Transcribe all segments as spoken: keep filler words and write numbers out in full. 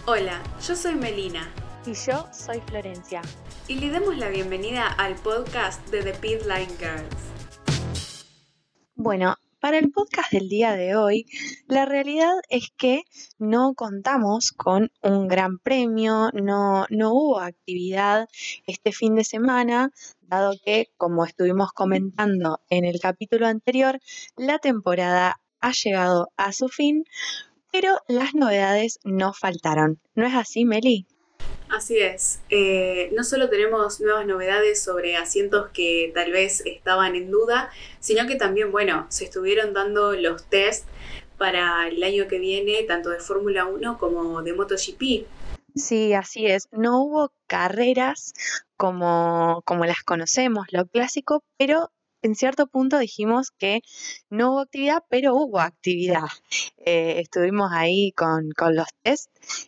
Hola, yo soy Melina. Y yo soy Florencia. Y le damos la bienvenida al podcast de The Pit Line Girls. Bueno, para el podcast del día de hoy, la realidad es que no contamos con un gran premio, no, no hubo actividad este fin de semana, dado que, como estuvimos comentando en el capítulo anterior, la temporada ha llegado a su fin, pero las novedades no faltaron. ¿No es así, Meli? Así es. Eh, no solo tenemos nuevas novedades sobre asientos que tal vez estaban en duda, sino que también, bueno, se estuvieron dando los test para el año que viene, tanto de Fórmula uno como de MotoGP. Sí, así es. No hubo carreras como, como las conocemos, lo clásico, pero en cierto punto dijimos que no hubo actividad, pero hubo actividad. Eh, estuvimos ahí con, con los test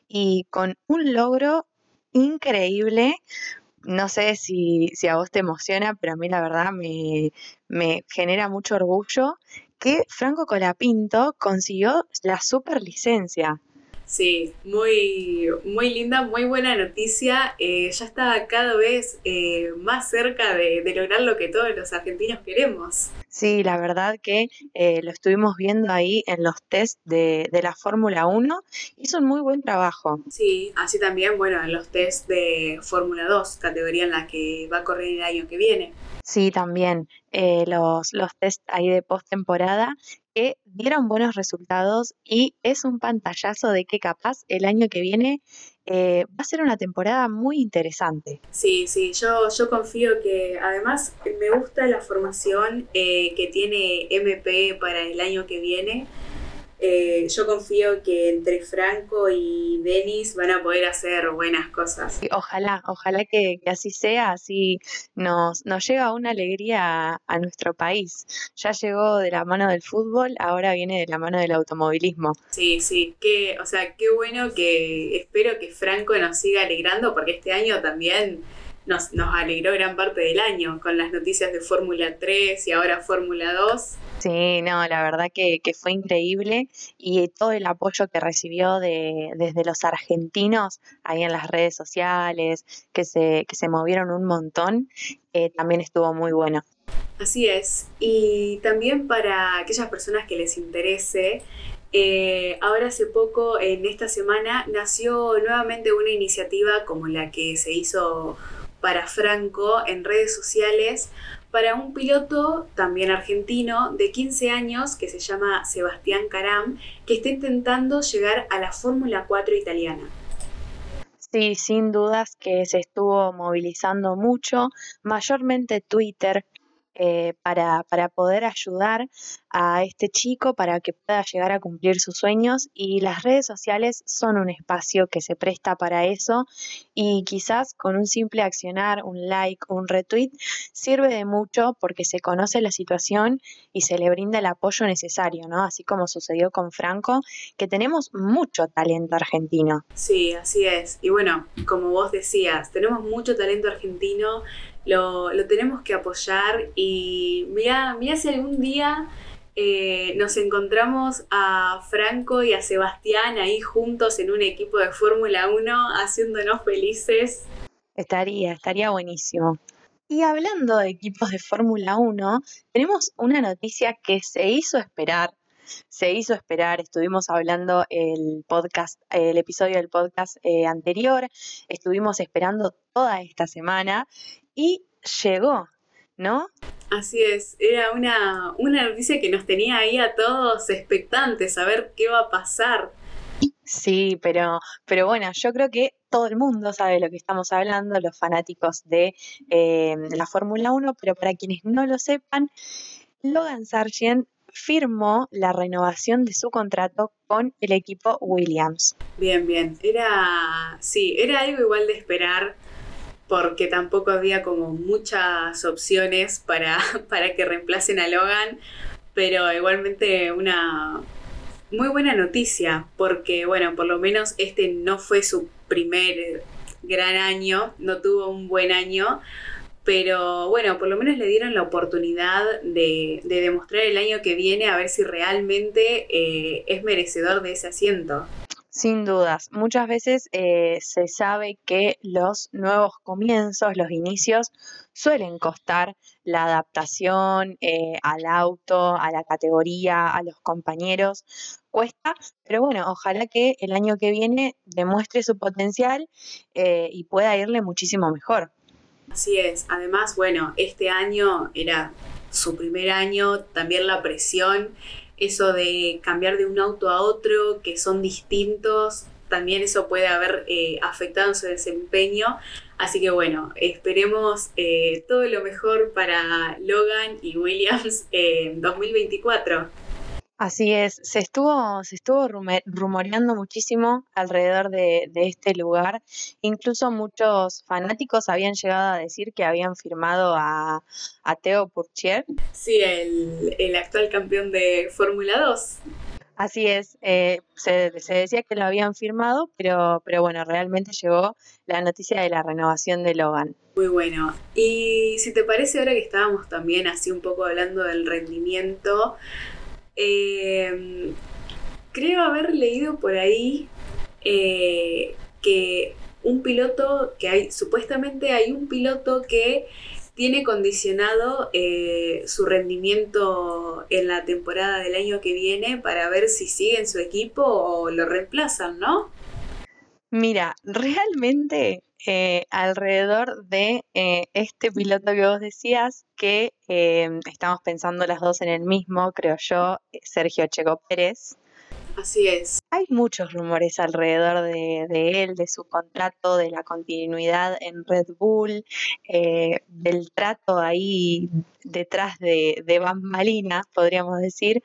y con un logro increíble. No sé si, si a vos te emociona, pero a mí la verdad me, me genera mucho orgullo que Franco Colapinto consiguió la superlicencia. Sí, muy, muy linda, muy buena noticia. Eh, ya está cada vez eh, más cerca de, de lograr lo que todos los argentinos queremos. Sí, la verdad que eh, lo estuvimos viendo ahí en los test de, de la Fórmula uno. Hizo un muy buen trabajo. Sí, así también, bueno, en los test de Fórmula dos, categoría en la que va a correr el año que viene. Sí, también eh, los, los test ahí de postemporada que dieron buenos resultados y es un pantallazo de que capaz el año que viene eh, va a ser una temporada muy interesante. Sí, sí, yo, yo confío que además me gusta la formación eh, que tiene M P para el año que viene. Eh, yo confío que entre Franco y Denis van a poder hacer buenas cosas. Y ojalá, ojalá que, que así sea, así nos, nos llega una alegría a, a nuestro país. Ya llegó de la mano del fútbol, ahora viene de la mano del automovilismo. Sí, sí, que, o sea, qué bueno que espero que Franco nos siga alegrando porque este año también nos, nos alegró gran parte del año con las noticias de Fórmula tres y ahora Fórmula dos. Sí, no, la verdad que, que fue increíble y todo el apoyo que recibió de, desde los argentinos ahí en las redes sociales, que se, que se movieron un montón, eh, también estuvo muy bueno. Así es. Y también para aquellas personas que les interese, eh, ahora hace poco, en esta semana, nació nuevamente una iniciativa como la que se hizo para Franco en redes sociales para un piloto también argentino de quince años que se llama Sebastián Caram, que está intentando llegar a la Fórmula cuatro italiana. Sí, sin dudas que se estuvo movilizando mucho, mayormente Twitter, eh, para, para poder ayudar a este chico para que pueda llegar a cumplir sus sueños y las redes sociales son un espacio que se presta para eso y quizás con un simple accionar, un like, un retweet, sirve de mucho porque se conoce la situación y se le brinda el apoyo necesario, ¿no? Así como sucedió con Franco, que tenemos mucho talento argentino. Sí, así es. Y bueno, como vos decías, tenemos mucho talento argentino, lo, lo tenemos que apoyar y mira, mira si algún día eh, nos encontramos a Franco y a Sebastián ahí juntos en un equipo de Fórmula uno haciéndonos felices. Estaría, estaría buenísimo. Y hablando de equipos de Fórmula uno, tenemos una noticia que se hizo esperar. Se hizo esperar, estuvimos hablando el podcast, el episodio del podcast eh, anterior, estuvimos esperando toda esta semana y llegó, ¿no? Así es, era una, una noticia que nos tenía ahí a todos expectantes, a ver qué va a pasar. Sí, pero, pero bueno, yo creo que todo el mundo sabe lo que estamos hablando, los fanáticos de eh, la Fórmula uno, pero para quienes no lo sepan, Logan Sargent firmó la renovación de su contrato con el equipo Williams. Bien, bien, era, sí, era algo igual de esperar porque tampoco había como muchas opciones para, para que reemplacen a Logan, pero igualmente una muy buena noticia, porque bueno, por lo menos este no fue su primer gran año, no tuvo un buen año, pero bueno, por lo menos le dieron la oportunidad de, de demostrar el año que viene a ver si realmente eh, es merecedor de ese asiento. Sin dudas, muchas veces eh, se sabe que los nuevos comienzos, los inicios, suelen costar la adaptación eh, al auto, a la categoría, a los compañeros, cuesta, pero bueno, ojalá que el año que viene demuestre su potencial eh, y pueda irle muchísimo mejor. Así es. Además, bueno, este año era su primer año, también la presión, eso de cambiar de un auto a otro, que son distintos, también eso puede haber eh, afectado en su desempeño. Así que bueno, esperemos eh, todo lo mejor para Logan y Williams en dos mil veinticuatro. Así es, se estuvo, se estuvo rume- rumoreando muchísimo alrededor de, de este lugar. Incluso muchos fanáticos habían llegado a decir que habían firmado a, a Theo Pourchaire. Sí, el, el actual campeón de Fórmula dos. Así es, eh, se, se decía que lo habían firmado, pero, pero bueno, realmente llegó la noticia de la renovación de Logan. Muy bueno. Y si te parece, ahora que estábamos también así un poco hablando del rendimiento, eh, creo haber leído por ahí eh, que un piloto, que hay, supuestamente hay un piloto que tiene condicionado eh, su rendimiento en la temporada del año que viene para ver si sigue en su equipo o lo reemplazan, ¿no? Mira, realmente eh, alrededor de eh, este piloto que vos decías, que eh, estamos pensando las dos en el mismo, creo yo, eh, Sergio Checo Pérez. Así es. Hay muchos rumores alrededor de, de él, de su contrato, de la continuidad en Red Bull, eh, del trato ahí detrás de, de bambalinas, podríamos decir,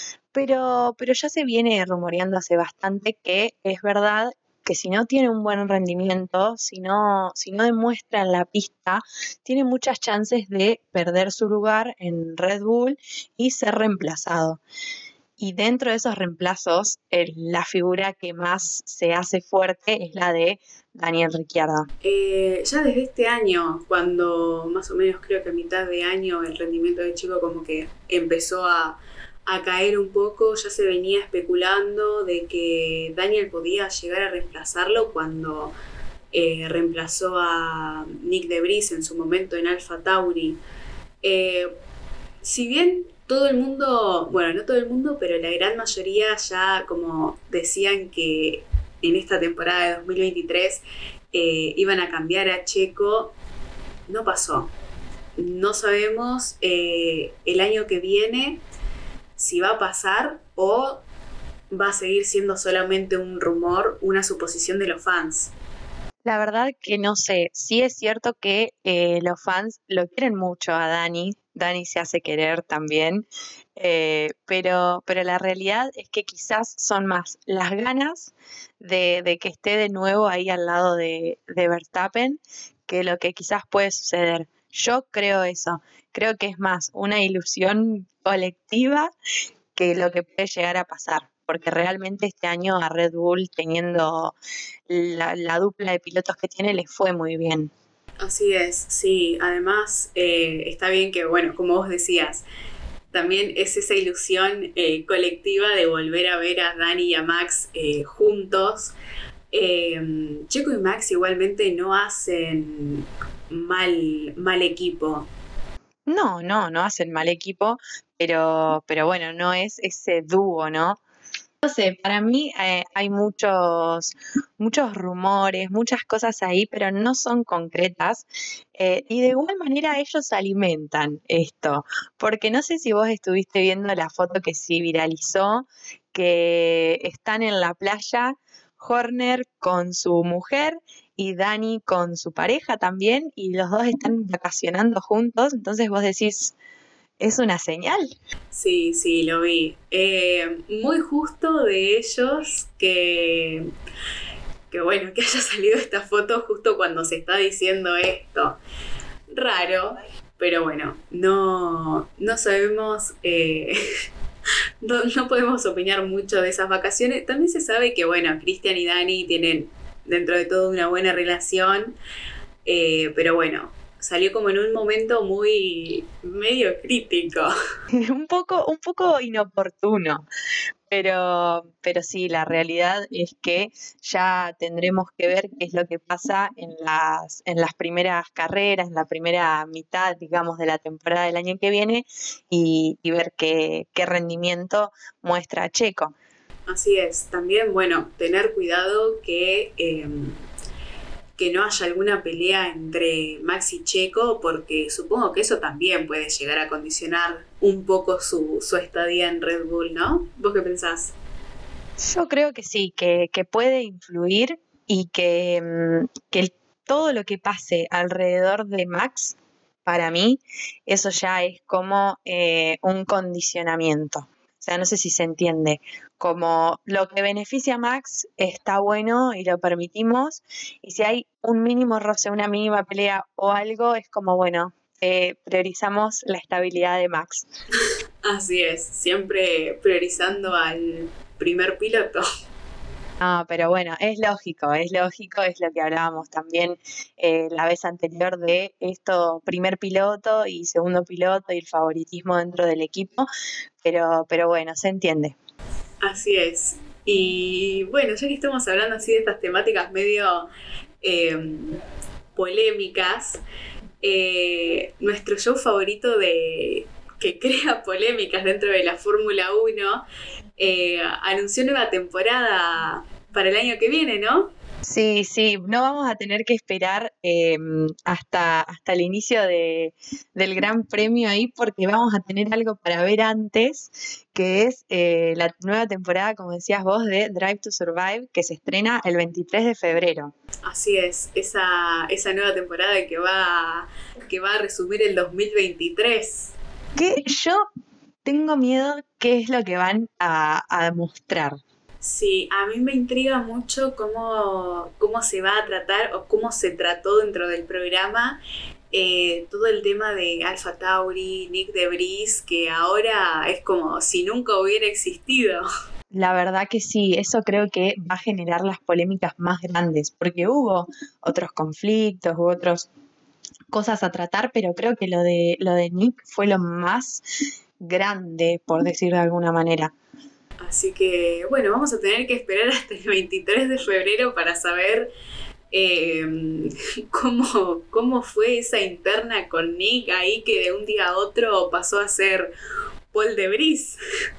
pero, pero ya se viene rumoreando hace bastante que es verdad que si no tiene un buen rendimiento, si no, si no demuestra en la pista, tiene muchas chances de perder su lugar en Red Bull y ser reemplazado. Y dentro de esos reemplazos, el- la figura que más se hace fuerte es la de Daniel Ricciardo. Eh, ya desde este año, cuando más o menos creo que a mitad de año el rendimiento del chico como que empezó a, a caer un poco, ya se venía especulando de que Daniel podía llegar a reemplazarlo cuando eh, reemplazó a Nick de Vries en su momento en Alpha Tauri. Eh, si bien todo el mundo, bueno, no todo el mundo, pero la gran mayoría ya como decían que en esta temporada de dos mil veintitrés eh, iban a cambiar a Checo, no pasó. No sabemos eh, el año que viene si va a pasar o va a seguir siendo solamente un rumor, una suposición de los fans. La verdad que no sé, sí es cierto que eh, los fans lo quieren mucho a Dani, Dani se hace querer también, eh, pero, pero la realidad es que quizás son más las ganas de, de que esté de nuevo ahí al lado de, de Verstappen que lo que quizás puede suceder. Yo creo eso, creo que es más una ilusión colectiva que lo que puede llegar a pasar, porque realmente este año a Red Bull, teniendo la, la dupla de pilotos que tiene, le fue muy bien. Así es, sí. Además, eh, está bien que, bueno, como vos decías, también es esa ilusión eh, colectiva de volver a ver a Dani y a Max eh, juntos. Eh, Checo y Max igualmente no hacen mal, mal equipo. No, no, no hacen mal equipo, pero, pero bueno, no es ese dúo, ¿no? No sé, para mí eh, hay muchos, muchos rumores, muchas cosas ahí, pero no son concretas. Eh, y de igual manera ellos alimentan esto, porque no sé si vos estuviste viendo la foto que sí viralizó, que están en la playa, Horner con su mujer y Dani con su pareja también, y los dos están vacacionando juntos, entonces vos decís, ¿es una señal? Sí, sí, lo vi. Eh, muy justo de ellos que, que, bueno, que haya salido esta foto justo cuando se está diciendo esto. Raro, pero bueno, no, no sabemos, eh, no, no podemos opinar mucho de esas vacaciones. También se sabe que, bueno, Cristian y Dani tienen dentro de todo una buena relación, eh, pero bueno, salió como en un momento muy medio crítico. un poco, un poco inoportuno. Pero, pero sí, la realidad es que ya tendremos que ver qué es lo que pasa en las, en las primeras carreras, en la primera mitad, digamos, de la temporada del año que viene y, y ver qué, qué rendimiento muestra Checo. Así es, también, bueno, tener cuidado que, eh, que no haya alguna pelea entre Max y Checo, porque supongo que eso también puede llegar a condicionar un poco su, su estadía en Red Bull, ¿no? ¿Vos qué pensás? Yo creo que sí, que, que puede influir y que, mm, que el- todo lo que pase alrededor de Max, para mí, eso ya es como eh, un condicionamiento. O sea, no sé si se entiende. Como lo que beneficia a Max está bueno y lo permitimos, y si hay un mínimo roce, una mínima pelea o algo, es como, bueno, eh, priorizamos la estabilidad de Max. Así es, siempre priorizando al primer piloto. Ah, pero bueno, es lógico, es lógico, es lo que hablábamos también eh, la vez anterior de esto, primer piloto y segundo piloto y el favoritismo dentro del equipo, pero, pero bueno, se entiende. Así es. Y bueno, ya que estamos hablando así de estas temáticas medio eh, polémicas, eh, nuestro show favorito de que crea polémicas dentro de la Fórmula uno eh, anunció nueva temporada para el año que viene, ¿no? Sí, sí, no vamos a tener que esperar eh, hasta, hasta el inicio de, del Gran Premio ahí porque vamos a tener algo para ver antes, que es eh, la nueva temporada, como decías vos, de Drive to Survive, que se estrena el veintitrés de febrero. Así es, esa, esa nueva temporada que va, que va a resumir el dos mil veintitrés. Que yo tengo miedo qué es lo que van a, a mostrar. Sí, a mí me intriga mucho cómo, cómo se va a tratar o cómo se trató dentro del programa eh, todo el tema de Alpha Tauri, Nick de Vries, que ahora es como si nunca hubiera existido. La verdad que sí, eso creo que va a generar las polémicas más grandes, porque hubo otros conflictos, hubo otras cosas a tratar, pero creo que lo de lo de Nick fue lo más grande, por decir de alguna manera. Así que bueno, vamos a tener que esperar hasta el veintitrés de febrero para saber eh, cómo, cómo fue esa interna con Nick ahí que de un día a otro pasó a ser Paul de Vries.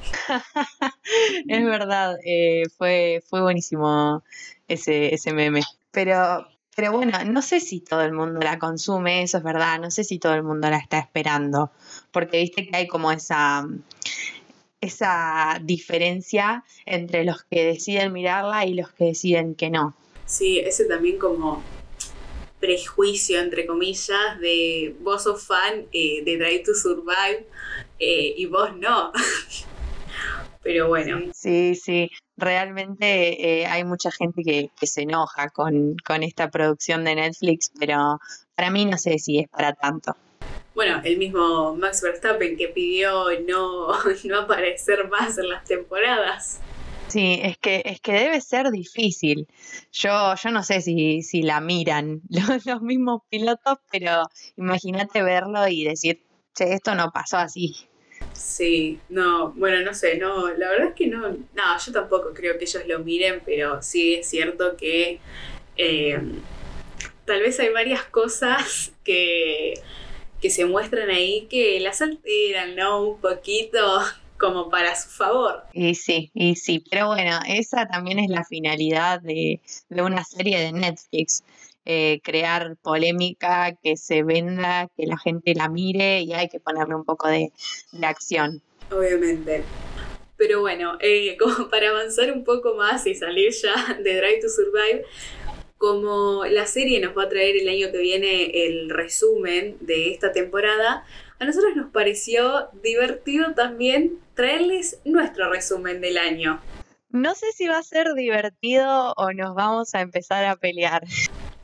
Es verdad, eh, fue, fue buenísimo ese, ese meme. Pero, pero bueno, no sé si todo el mundo la consume, eso es verdad, no sé si todo el mundo la está esperando, porque viste que hay como esa, esa diferencia entre los que deciden mirarla y los que deciden que no. Sí, ese también como prejuicio, entre comillas, de vos sos fan eh, de Drive to Survive eh, y vos no. Pero bueno, Sí, sí, sí. Realmente eh, hay mucha gente que, que se enoja con, con esta producción de Netflix, pero para mí no sé si es para tanto. bueno, el mismo Max Verstappen que pidió no, no aparecer más en las temporadas. Sí, es que, es que debe ser difícil. Yo, yo no sé si, si la miran los, los mismos pilotos, pero imagínate verlo y decir, che, esto no pasó así. Sí, no, bueno, no sé, no, la verdad es que no, no, yo tampoco creo que ellos lo miren, pero sí es cierto que eh, tal vez hay varias cosas que, que se muestran ahí que las alteran, ¿no? Un poquito como para su favor. Y sí, y sí, pero bueno, esa también es la finalidad de, de una serie de Netflix, eh, crear polémica, que se venda, que la gente la mire y hay que ponerle un poco de, de acción. Obviamente. Pero bueno, eh, como para avanzar un poco más y salir ya de Drive to Survive, como la serie nos va a traer el año que viene el resumen de esta temporada, a nosotros nos pareció divertido también traerles nuestro resumen del año. No sé si va a ser divertido o nos vamos a empezar a pelear.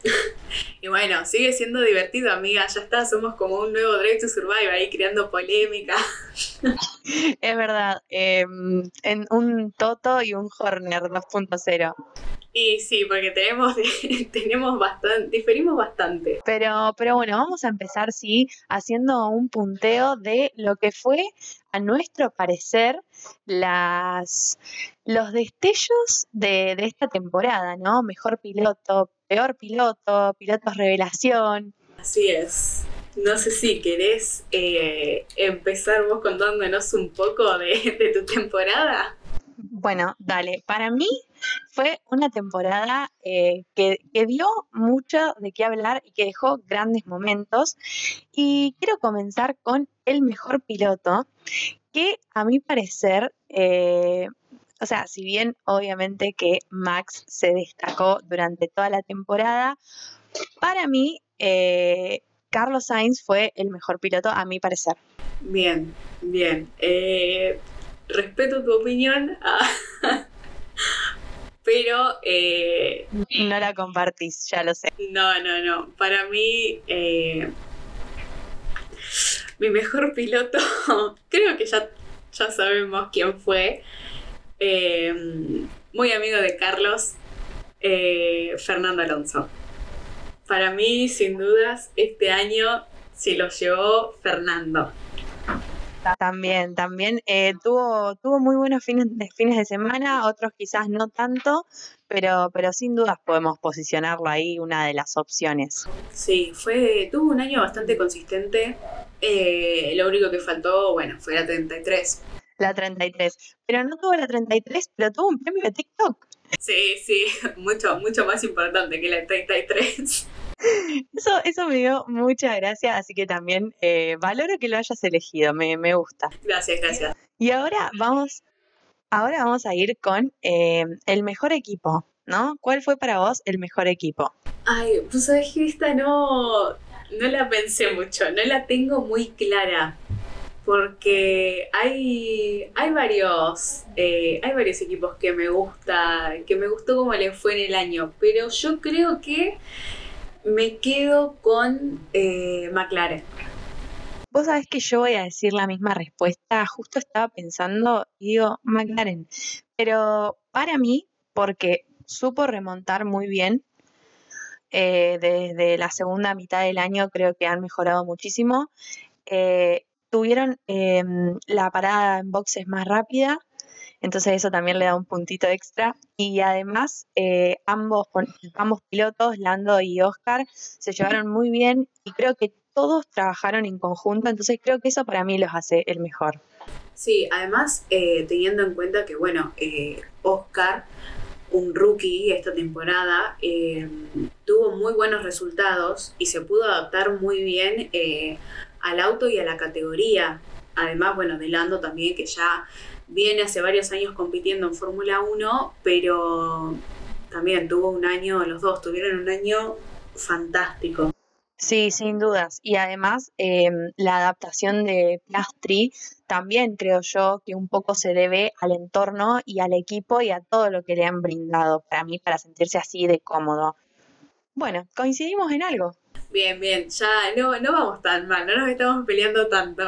Y bueno, sigue siendo divertido, amiga. Ya está, somos como un nuevo Drive to Survive ahí creando polémica. Es verdad, eh, en un Toto y un Horner dos punto cero. Y sí, porque tenemos, tenemos bastante, diferimos bastante. Pero, pero bueno, vamos a empezar, sí, haciendo un punteo de lo que fue, a nuestro parecer, las, los destellos de, de esta temporada, ¿no? Mejor piloto, peor piloto, pilotos revelación. Así es. No sé si querés eh, empezar vos contándonos un poco de, de tu temporada. Bueno, dale, para mí fue una temporada eh, que, que dio mucho de qué hablar y que dejó grandes momentos. Y quiero comenzar con el mejor piloto, que a mi parecer, eh, o sea, si bien obviamente que Max se destacó durante toda la temporada, para mí eh, Carlos Sainz fue el mejor piloto a mi parecer. Bien, bien. Eh, respeto tu opinión, ah, pero eh, No la compartís, ya lo sé. no, no, no. Para mí, eh, mi mejor piloto, creo que ya, ya sabemos quién fue. Eh, muy amigo de Carlos, eh, Fernando Alonso. Para mí, sin dudas, este año se lo llevó Fernando. También, también eh, tuvo, tuvo muy buenos fines de, fines de semana, otros quizás no tanto, pero, pero sin dudas podemos posicionarlo ahí, una de las opciones. Sí, fue, tuvo un año bastante consistente. Eh, lo único que faltó, bueno, fue la treinta y tres. La treinta y tres, pero no tuvo la treinta y tres, pero tuvo un premio de TikTok. Sí, sí, mucho, mucho más importante que la treinta y tres. Eso, eso me dio mucha gracia, así que también eh, valoro que lo hayas elegido, me, me gusta. Gracias, gracias. Y ahora vamos, ahora vamos a ir con eh, el mejor equipo, ¿no? ¿Cuál fue para vos el mejor equipo? Ay, pues sabes que esta no, no la pensé mucho, no la tengo muy clara. Porque hay, hay varios eh, hay varios equipos que me gusta, que me gustó cómo les fue en el año, pero yo creo que me quedo con eh, McLaren. Vos sabés que yo voy a decir la misma respuesta, justo estaba pensando y digo McLaren, pero para mí, porque supo remontar muy bien, eh, desde la segunda mitad del año creo que han mejorado muchísimo. Eh, tuvieron eh, la parada en boxes más rápida, entonces eso también le da un puntito extra. Y además, eh, ambos, ambos pilotos, Lando y Oscar, se llevaron muy bien y creo que todos trabajaron en conjunto, entonces creo que eso para mí los hace el mejor. Sí, además, eh, teniendo en cuenta que, bueno, eh, Oscar, un rookie esta temporada, eh, tuvo muy buenos resultados y se pudo adaptar muy bien eh, al auto y a la categoría. Además, bueno, de Lando también, que ya viene hace varios años compitiendo en Fórmula uno, pero también tuvo un año, los dos tuvieron un año fantástico. Sí, sin dudas. Y además, eh, la adaptación de Piastri también creo yo que un poco se debe al entorno y al equipo y a todo lo que le han brindado para mí para sentirse así de cómodo. Bueno, coincidimos en algo. Bien, bien, ya no, no vamos tan mal, no nos estamos peleando tanto.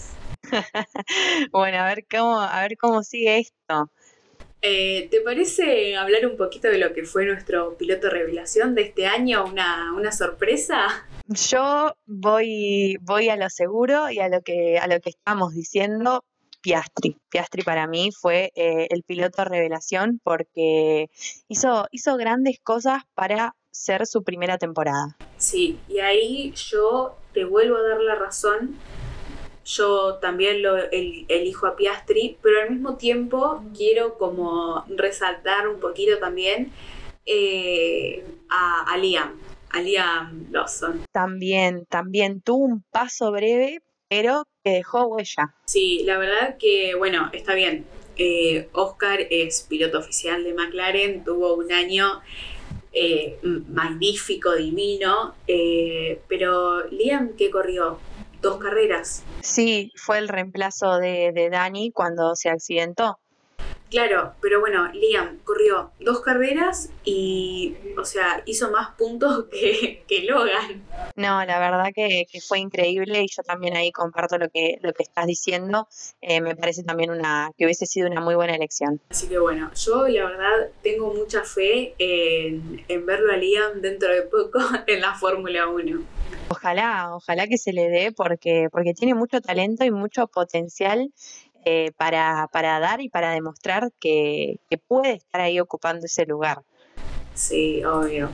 Bueno, a ver cómo, a ver cómo sigue esto. Eh, ¿Te parece hablar un poquito de lo que fue nuestro piloto revelación de este año? ¿Una, una sorpresa? Yo voy, voy a lo seguro y a lo que, a lo que estamos diciendo. Piastri. Piastri para mí fue eh, el piloto revelación porque hizo, hizo grandes cosas para ser su primera temporada. Sí, y ahí yo te vuelvo a dar la razón. Yo también lo el, elijo a Piastri, pero al mismo tiempo quiero como resaltar un poquito también eh, a, a Liam, a Liam Lawson. También, también tuvo un paso breve, pero que dejó huella. Sí, la verdad que, bueno, está bien. Eh, Oscar es piloto oficial de McLaren, tuvo un año eh, magnífico, divino, eh, pero Liam, ¿qué corrió? Dos carreras. Sí, fue el reemplazo de, de Dani cuando se accidentó. Claro, pero bueno, Liam corrió dos carreras y o sea, hizo más puntos que, que Logan. No, la verdad que, que fue increíble y yo también ahí comparto lo que, lo que estás diciendo. Eh, me parece también una que hubiese sido una muy buena elección. Así que bueno, yo la verdad tengo mucha fe en, en verlo a Liam dentro de poco en la Fórmula uno. Ojalá, ojalá que se le dé porque, porque tiene mucho talento y mucho potencial eh, para, para dar y para demostrar que, que puede estar ahí ocupando ese lugar. Sí, obvio.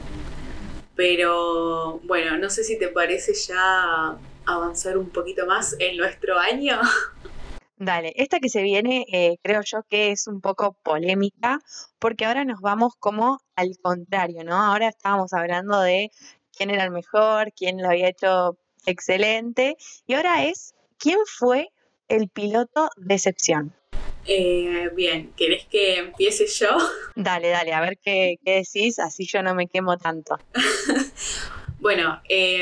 Pero bueno, no sé si te parece ya avanzar un poquito más en nuestro año. Dale, esta que se viene eh, creo yo que es un poco polémica porque ahora nos vamos como al contrario, ¿no? Ahora estábamos hablando de quién era el mejor, quién lo había hecho excelente y ahora es quién fue el piloto de excepción. Eh, bien, ¿querés que empiece yo? Dale, dale, a ver qué, qué decís, así yo no me quemo tanto. Bueno,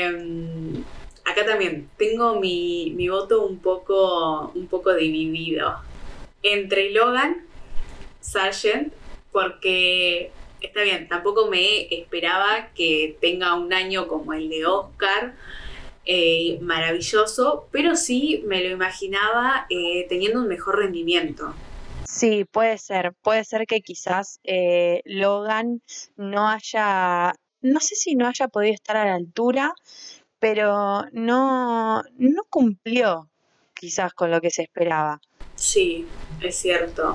eh, acá también tengo mi, mi voto un poco, un poco dividido entre Logan, Sargent, porque está bien, tampoco me esperaba que tenga un año como el de Oscar, eh, maravilloso, pero sí me lo imaginaba eh, teniendo un mejor rendimiento. Sí, puede ser, puede ser que quizás eh, Logan no haya, no sé si no haya podido estar a la altura, pero no, no cumplió quizás con lo que se esperaba. Sí, es cierto.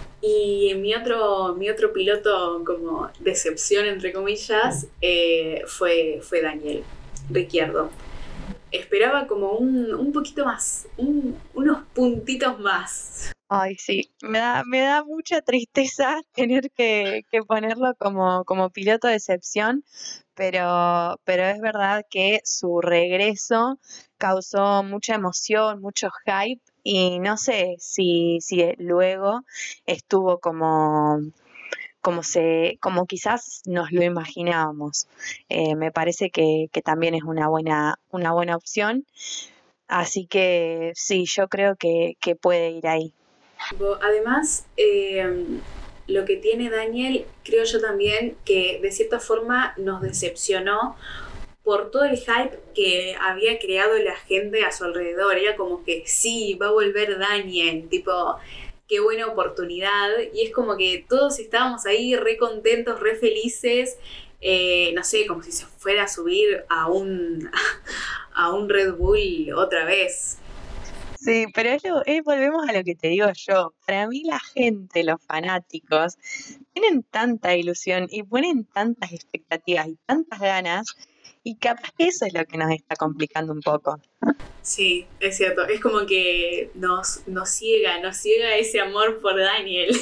Y mi otro, mi otro piloto como decepción, entre comillas, eh, fue, fue Daniel Ricciardo. Esperaba como un, un poquito más, un- unos puntitos más. Ay, sí, me da, me da mucha tristeza tener que, que ponerlo como, como piloto de excepción, pero, pero es verdad que su regreso causó mucha emoción, mucho hype, y no sé si, si luego estuvo como, como se, como quizás nos lo imaginábamos. Eh, me parece que, que también es una buena, una buena opción. Así que sí, yo creo que, que puede ir ahí. Además, eh, lo que tiene Daniel, creo yo también, que de cierta forma nos decepcionó por todo el hype que había creado la gente a su alrededor. Era como que sí, va a volver Daniel, tipo, qué buena oportunidad. Y es como que todos estábamos ahí re contentos, re felices. Eh, no sé, como si se fuera a subir a un, a un Red Bull otra vez. Sí, pero es lo- eh, volvemos a lo que te digo yo. Para mí la gente, los fanáticos, tienen tanta ilusión y ponen tantas expectativas y tantas ganas y capaz que eso es lo que nos está complicando un poco. Sí, es cierto. Es como que nos, nos ciega, nos ciega ese amor por Daniel.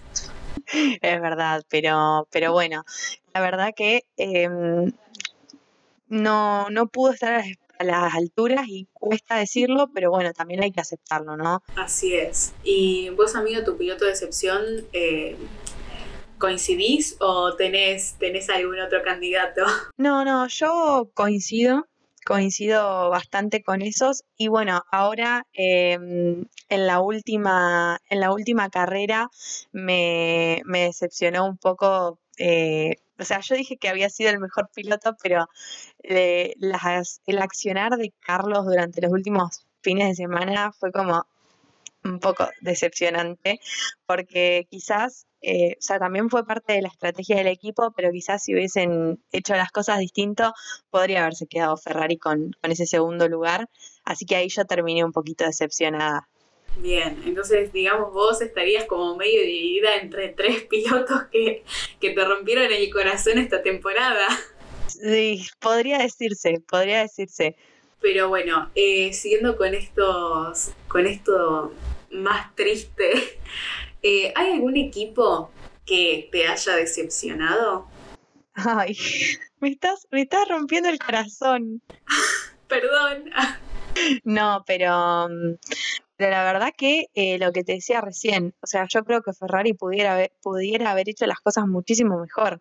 Es verdad, pero, pero bueno, la verdad que em, no, no pudo estar a las a las alturas y cuesta decirlo, pero bueno, también hay que aceptarlo, ¿no? Así es. ¿Y vos, amigo, tu piloto de excepción, eh, coincidís o tenés, tenés algún otro candidato? No, no, yo coincido, coincido bastante con esos y bueno, ahora em, en la última, en la última carrera me, me decepcionó un poco, eh, o sea, yo dije que había sido el mejor piloto, pero eh, las, el accionar de Carlos durante los últimos fines de semana fue como un poco decepcionante, porque quizás, eh, o sea, también fue parte de la estrategia del equipo, pero quizás si hubiesen hecho las cosas distinto, podría haberse quedado Ferrari con, con ese segundo lugar. Así que ahí yo terminé un poquito decepcionada. Bien, entonces digamos vos estarías como medio dividida entre tres pilotos que, que te rompieron el corazón esta temporada. Sí, podría decirse, podría decirse. Pero bueno, eh, siguiendo con estos, con esto más triste, eh, ¿hay algún equipo que te haya decepcionado? Ay, me estás, me estás rompiendo el corazón. Perdón. No, pero, mm, pero la verdad que eh, lo que te decía recién, o sea, yo creo que Ferrari pudiera haber, pudiera haber hecho las cosas muchísimo mejor,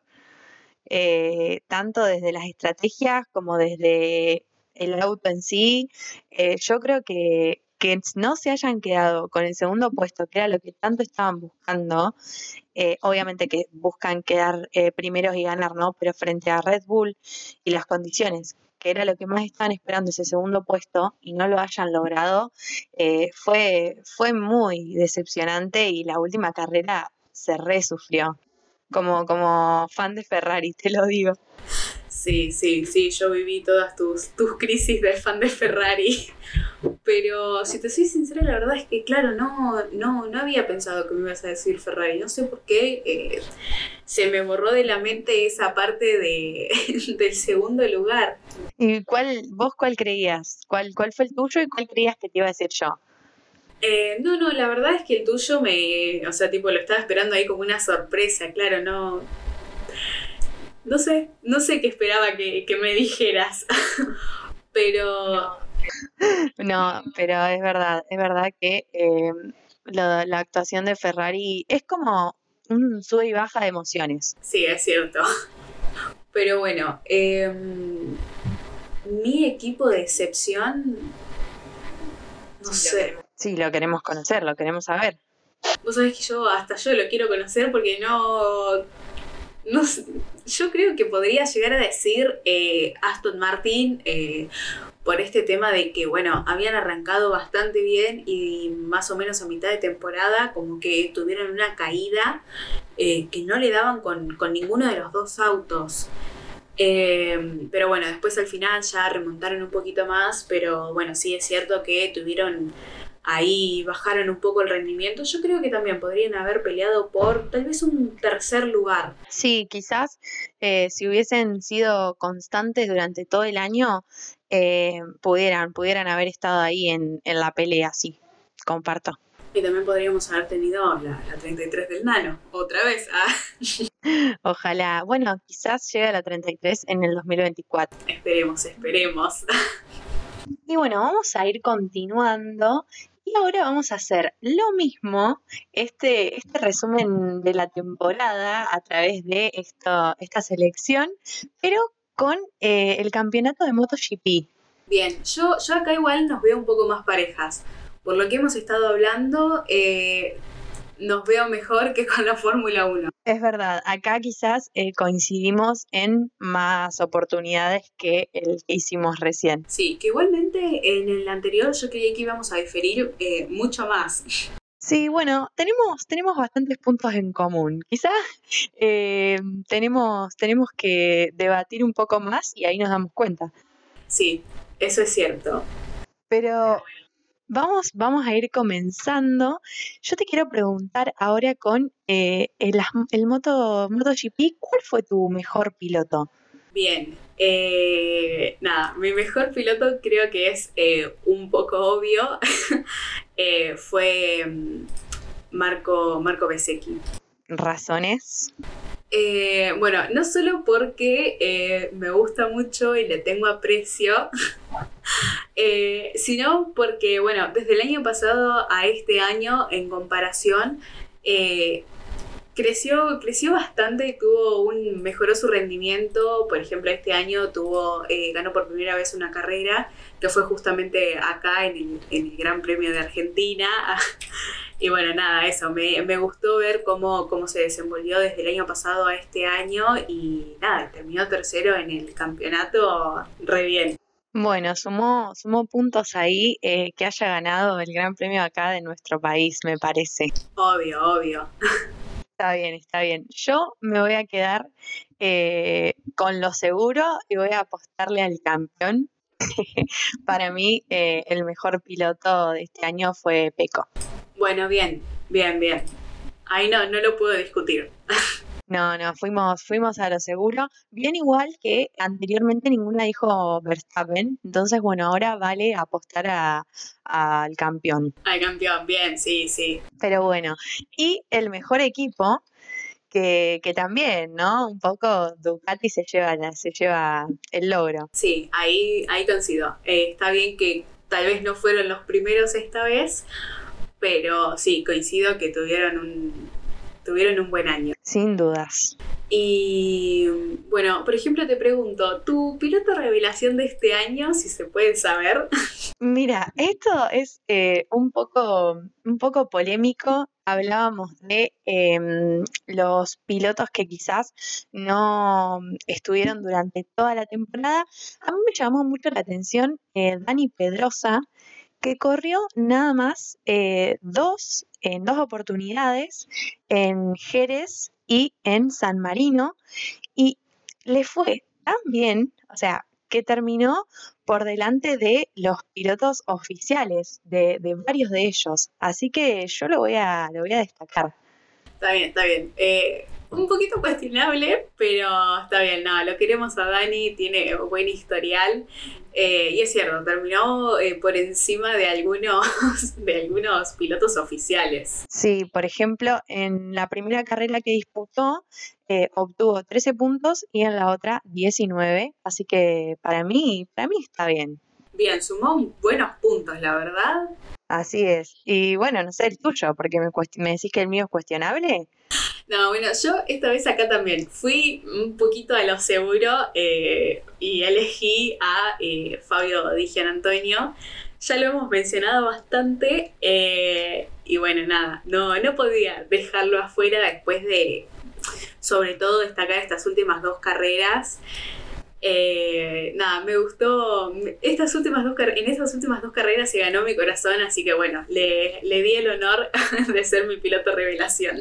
eh, tanto desde las estrategias como desde el auto en sí. Eh, yo creo que, que no se hayan quedado con el segundo puesto, que era lo que tanto estaban buscando, eh, obviamente que buscan quedar eh, primeros y ganar, ¿no? Pero frente a Red Bull y las condiciones, que era lo que más estaban esperando, ese segundo puesto, y no lo hayan logrado, eh, fue, fue muy decepcionante y la última carrera se re sufrió. Como, como fan de Ferrari, te lo digo. Sí, sí, sí, yo viví todas tus, tus crisis de fan de Ferrari. Pero si te soy sincera, la verdad es que, claro, no, no, no había pensado que me ibas a decir Ferrari. No sé por qué eh, se me borró de la mente esa parte de, del segundo lugar. ¿Y cuál, vos cuál creías? ¿Cuál, cuál fue el tuyo y cuál creías que te iba a decir yo? Eh, no, no, la verdad es que el tuyo me... O sea, tipo, lo estaba esperando ahí como una sorpresa, claro, no... No sé, no sé qué esperaba que, que me dijeras. Pero... No, pero es verdad, es verdad que eh, la, la actuación de Ferrari es como un sube y baja de emociones. Sí, es cierto. Pero bueno, eh, mi equipo de excepción, no sé. Sí, lo queremos conocer, lo queremos saber. Vos sabés que yo hasta yo lo quiero conocer porque no... no sé, yo creo que podría llegar a decir eh, Aston Martin eh, por este tema de que, bueno, habían arrancado bastante bien y más o menos a mitad de temporada como que tuvieron una caída eh, que no le daban con, con ninguno de los dos autos. Eh, pero bueno, después al final ya remontaron un poquito más, pero bueno, sí es cierto que tuvieron ahí, bajaron un poco el rendimiento. Yo creo que también podrían haber peleado por tal vez un tercer lugar. Sí, quizás eh, si hubiesen sido constantes durante todo el año, eh, pudieran, pudieran haber estado ahí en, en la pelea, sí, comparto. Y también podríamos haber tenido la, la treinta y tres del Nano, otra vez. Ah. Ojalá, bueno, quizás llegue a la treinta y tres en el dos mil veinticuatro. Esperemos, esperemos. Y bueno, vamos a ir continuando y ahora vamos a hacer lo mismo, este, este resumen de la temporada a través de esto, esta selección, pero con eh, el campeonato de MotoGP. Bien, yo, yo acá igual nos veo un poco más parejas. Por lo que hemos estado hablando, eh, nos veo mejor que con la Fórmula uno. Es verdad, acá quizás eh, coincidimos en más oportunidades que el que hicimos recién. Sí, que igualmente en el anterior yo creía que íbamos a diferir eh, mucho más. Sí, bueno, tenemos, tenemos bastantes puntos en común. Quizás eh, tenemos, tenemos que debatir un poco más y ahí nos damos cuenta. Sí, eso es cierto. Pero vamos, vamos a ir comenzando. Yo te quiero preguntar ahora con eh, el, el Moto, MotoGP, ¿cuál fue tu mejor piloto? Bien, eh, nada, mi mejor piloto creo que es eh, un poco obvio, eh, fue Marco, Marco Bezzecchi. ¿Razones? Eh, bueno, no solo porque eh, me gusta mucho y le tengo aprecio, eh, sino porque, bueno, desde el año pasado a este año, en comparación, eh, creció, creció bastante y tuvo un, mejoró su rendimiento. Por ejemplo, este año tuvo, eh, ganó por primera vez una carrera, que fue justamente acá en el, en el Gran Premio de Argentina. Y bueno, nada, eso, me, me gustó ver cómo, cómo se desenvolvió desde el año pasado a este año y nada, terminó tercero en el campeonato re bien. Bueno, sumó, sumó puntos ahí eh, que haya ganado el Gran Premio acá de nuestro país, me parece. Obvio, obvio. Está bien, está bien. Yo me voy a quedar eh, con lo seguro y voy a apostarle al campeón. Para mí, eh, el mejor piloto de este año fue Pecco. Bueno, bien, bien, bien. Ahí no, no lo puedo discutir. No, no, fuimos, fuimos a lo seguro. Bien igual que anteriormente ninguna dijo Verstappen. Entonces, bueno, ahora vale apostar a, a, al campeón. Al campeón, bien, sí, sí. Pero bueno, y el mejor equipo, que, que también, ¿no? Un poco Ducati se lleva, se lleva el logro. Sí, ahí, ahí coincido. Eh, está bien que tal vez no fueron los primeros esta vez, pero sí, coincido que tuvieron un, tuvieron un buen año. Sin dudas. Y bueno, por ejemplo, te pregunto, ¿tu piloto revelación de este año, si se puede saber? Mira, esto es eh, un poco, un poco polémico. Hablábamos de em, los pilotos que quizás no estuvieron durante toda la temporada. A mí me llamó mucho la atención eh, Dani Pedrosa, que corrió nada más eh, dos, en dos oportunidades en Jerez y en San Marino, y le fue tan bien, o sea, que terminó por delante de los pilotos oficiales, de, de varios de ellos. Así que yo lo voy a, lo voy a destacar. Está bien, está bien. Eh, un poquito cuestionable, pero está bien. No, lo queremos a Dani, tiene buen historial. Eh, y es cierto, terminó eh, por encima de algunos, de algunos pilotos oficiales. Sí, por ejemplo, en la primera carrera que disputó eh, obtuvo trece puntos y en la otra diecinueve, así que para mí, para mí está bien. Bien, sumó buenos puntos, la verdad. Así es. Y bueno, no sé el tuyo, porque me, cuest- me decís que el mío es cuestionable. No, bueno, yo esta vez acá también fui un poquito a lo seguro eh, y elegí a eh, Fabio Di Gianantonio. Ya lo hemos mencionado bastante eh, y bueno, nada, no, no podía dejarlo afuera después de, sobre todo, destacar estas últimas dos carreras. Eh, nada, me gustó. Estas últimas dos en estas últimas dos carreras se ganó mi corazón, así que bueno, le, le di el honor de ser mi piloto revelación.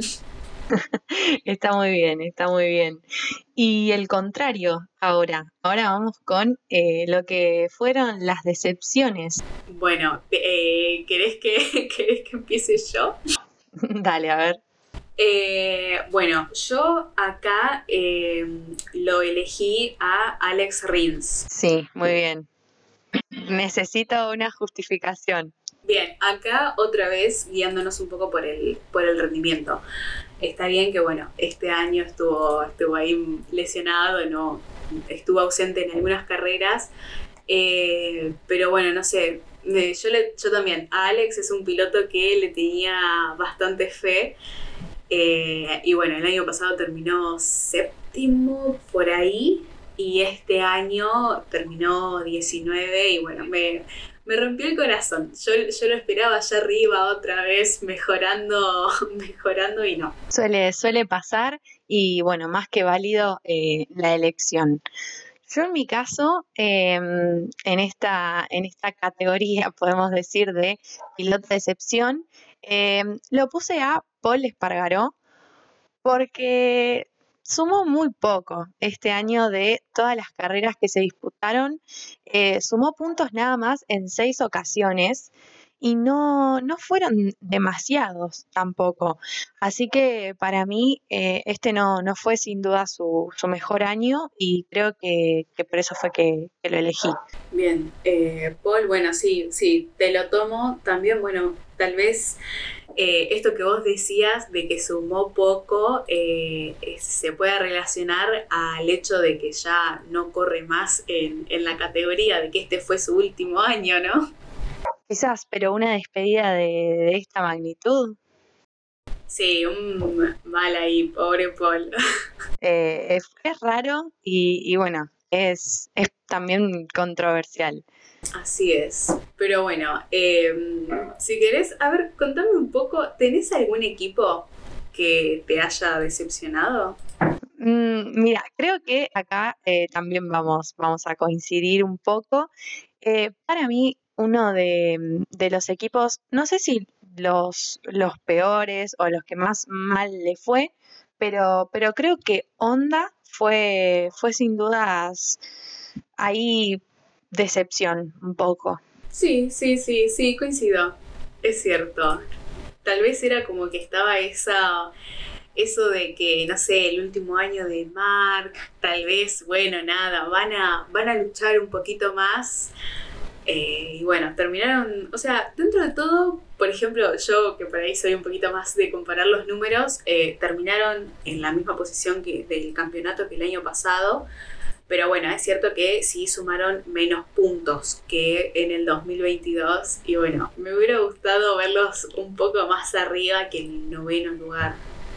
Está muy bien, está muy bien. Y el contrario, ahora, ahora vamos con eh, lo que fueron las decepciones. Bueno, eh, ¿querés que, ¿querés que empiece yo? Dale, a ver. Eh, bueno, yo acá eh, lo elegí a Alex Rins. Sí, muy bien. Necesito una justificación. Bien, acá otra vez guiándonos un poco por el, por el rendimiento. Está bien que, bueno, este año estuvo, estuvo ahí lesionado, no estuvo ausente en algunas carreras, eh, pero bueno, no sé, me- yo, le- yo también, a Alex es un piloto que le tenía bastante fe, eh, y bueno, el año pasado terminó séptimo por ahí, y este año terminó diecinueve y bueno, me, me rompió el corazón. Yo, yo lo esperaba allá arriba otra vez, mejorando, mejorando y no. Suele, suele pasar y bueno, más que válido eh, la elección. Yo en mi caso, eh, en esta, en esta categoría, podemos decir, de piloto de excepción, eh, lo puse a Paul Espargaró porque sumó muy poco este año de todas las carreras que se disputaron. Eh, sumó puntos nada más en seis ocasiones y no, no fueron demasiados tampoco. Así que para mí eh, este no, no fue sin duda su, su mejor año y creo que, que por eso fue que, que lo elegí. Bien, eh, Paul, bueno, sí, sí, te lo tomo. También, bueno, tal vez eh, esto que vos decías de que sumó poco eh, es- se puede relacionar al hecho de que ya no corre más en, en la categoría, de que este fue su último año, ¿no? Quizás, pero una despedida de, de esta magnitud Sí, un mal ahí, pobre Paul. eh, es, es raro y, y bueno, es, es también controversial. Así es. Pero bueno, eh, si querés, a ver, contame un poco, ¿tenés algún equipo que te haya decepcionado? Mm, mira, creo que acá eh, también vamos, vamos a coincidir un poco. Eh, para mí, uno de, mm, de los equipos, no sé si los, los peores o los que más mal le fue, pero, pero creo que Honda fue, fue sin dudas ahí decepción un poco. Sí, sí, sí, sí, coincido. Es cierto. Tal vez era como que estaba esa, eso de que, no sé, el último año de Mark, tal vez, bueno, nada, van a, van a luchar un poquito más. Eh, y bueno, terminaron, o sea, dentro de todo, por ejemplo, yo que por ahí soy un poquito más de comparar los números, eh, terminaron en la misma posición que del campeonato que el año pasado, pero bueno, es cierto que sí sumaron menos puntos que en el dos mil veintidós y bueno, me hubiera gustado verlos un poco más arriba que en el noveno lugar.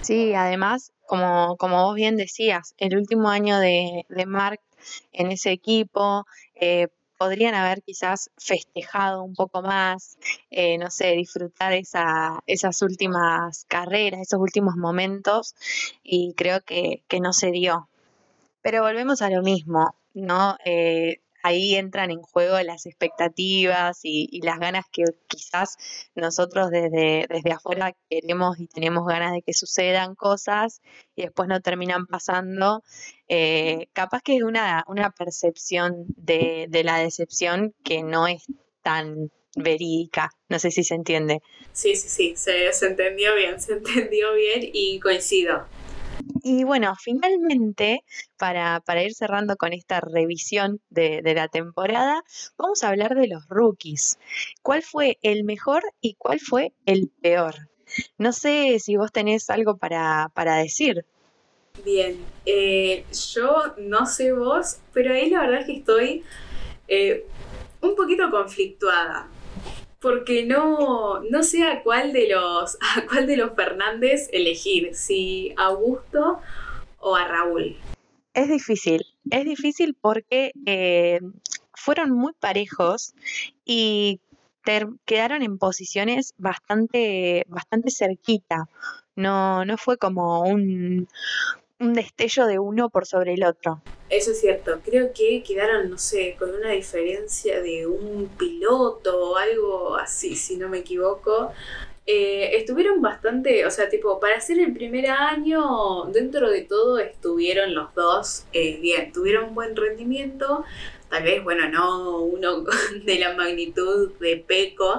Sí, además, como, como vos bien decías, el último año de, de Marc en ese equipo, eh, podrían haber quizás festejado un poco más, eh, no sé, disfrutar esa, esas últimas carreras, esos últimos momentos, y creo que, que no se dio. Pero volvemos a lo mismo, ¿no? Eh, ahí entran en juego las expectativas y, y las ganas que quizás nosotros desde, desde afuera queremos y tenemos ganas de que sucedan cosas y después no terminan pasando. Eh, capaz que es una, una percepción de, de la decepción que no es tan verídica. No sé si se entiende. Sí, sí, sí, se, se entendió bien, se entendió bien y coincido. Y bueno, finalmente, para, para ir cerrando con esta revisión de, de la temporada, vamos a hablar de los rookies. ¿Cuál fue el mejor y cuál fue el peor? No sé si vos tenés algo para, para decir. Bien, eh, yo no sé vos, pero ahí la verdad es que estoy eh, un poquito conflictuada. Porque no, no sé a cuál de los a cuál de los Fernández elegir, si a Augusto o a Raúl. Es difícil, es difícil porque eh, fueron muy parejos y ter- quedaron en posiciones bastante, bastante cerquita. No, no fue como un, un destello de uno por sobre el otro. Eso es cierto, creo que quedaron, no sé, con una diferencia de un piloto o algo así, si no me equivoco. Eh, estuvieron bastante, o sea, tipo, para ser el primer año, dentro de todo estuvieron los dos eh, bien, tuvieron un buen rendimiento, tal vez, bueno, no uno de la magnitud de Peco,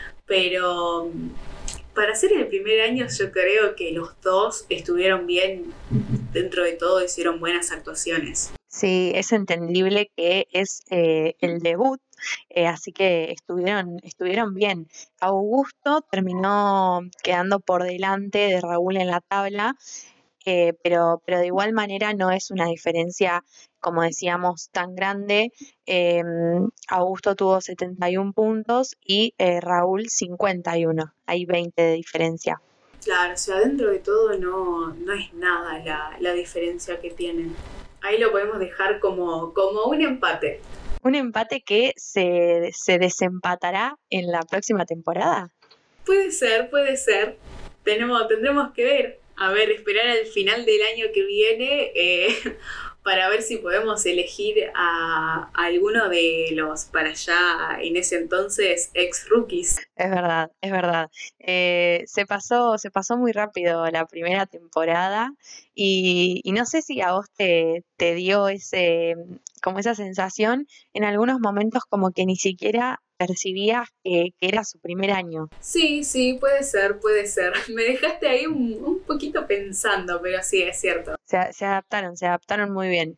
pero para ser el primer año yo creo que los dos estuvieron bien, dentro de todo hicieron buenas actuaciones. Sí, es entendible que es eh, el debut, eh, así que estuvieron, estuvieron bien. Augusto terminó quedando por delante de Raúl en la tabla, eh, pero, pero de igual manera no es una diferencia, como decíamos, tan grande. Eh, Augusto tuvo setenta y uno puntos y eh, Raúl cincuenta y uno, hay veinte de diferencia. Claro, o sea, dentro de todo no, no es nada la, la diferencia que tienen. Ahí lo podemos dejar como, como un empate. Un empate que se, se desempatará en la próxima temporada. Puede ser, puede ser. Tenemos, tendremos que ver. A ver, esperar al final del año que viene eh, para ver si podemos elegir a, a alguno de los para allá en ese entonces ex rookies. Es verdad, es verdad. Eh, se pasó, se pasó muy rápido la primera temporada y, y no sé si a vos te, te dio ese, como esa sensación en algunos momentos como que ni siquiera percibías que, que era su primer año. Sí, sí, puede ser, puede ser. Me dejaste ahí un, un poquito pensando, pero sí, es cierto. Se, se adaptaron, se adaptaron muy bien.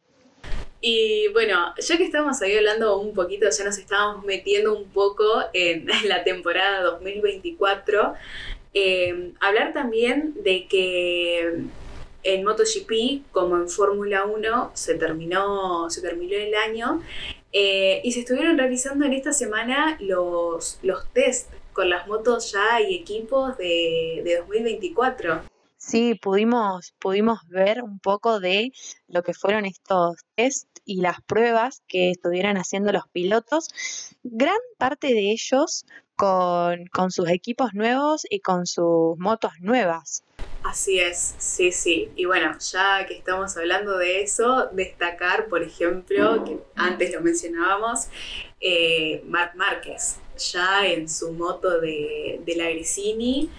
Y bueno, ya que estamos ahí hablando un poquito, ya nos estábamos metiendo un poco en la temporada dos mil veinticuatro, eh, hablar también de que en MotoGP, como en Fórmula uno, se terminó, se terminó el año eh, y se estuvieron realizando en esta semana los, los test con las motos ya y equipos de, de dos mil veinticuatro. Sí, pudimos, pudimos ver un poco de lo que fueron estos test y las pruebas que estuvieran haciendo los pilotos, gran parte de ellos con, con sus equipos nuevos y con sus motos nuevas. Así es, sí, sí. Y bueno, ya que estamos hablando de eso, destacar, por ejemplo, que antes lo mencionábamos, eh, Marc Márquez, ya en su moto de, de la Gresini,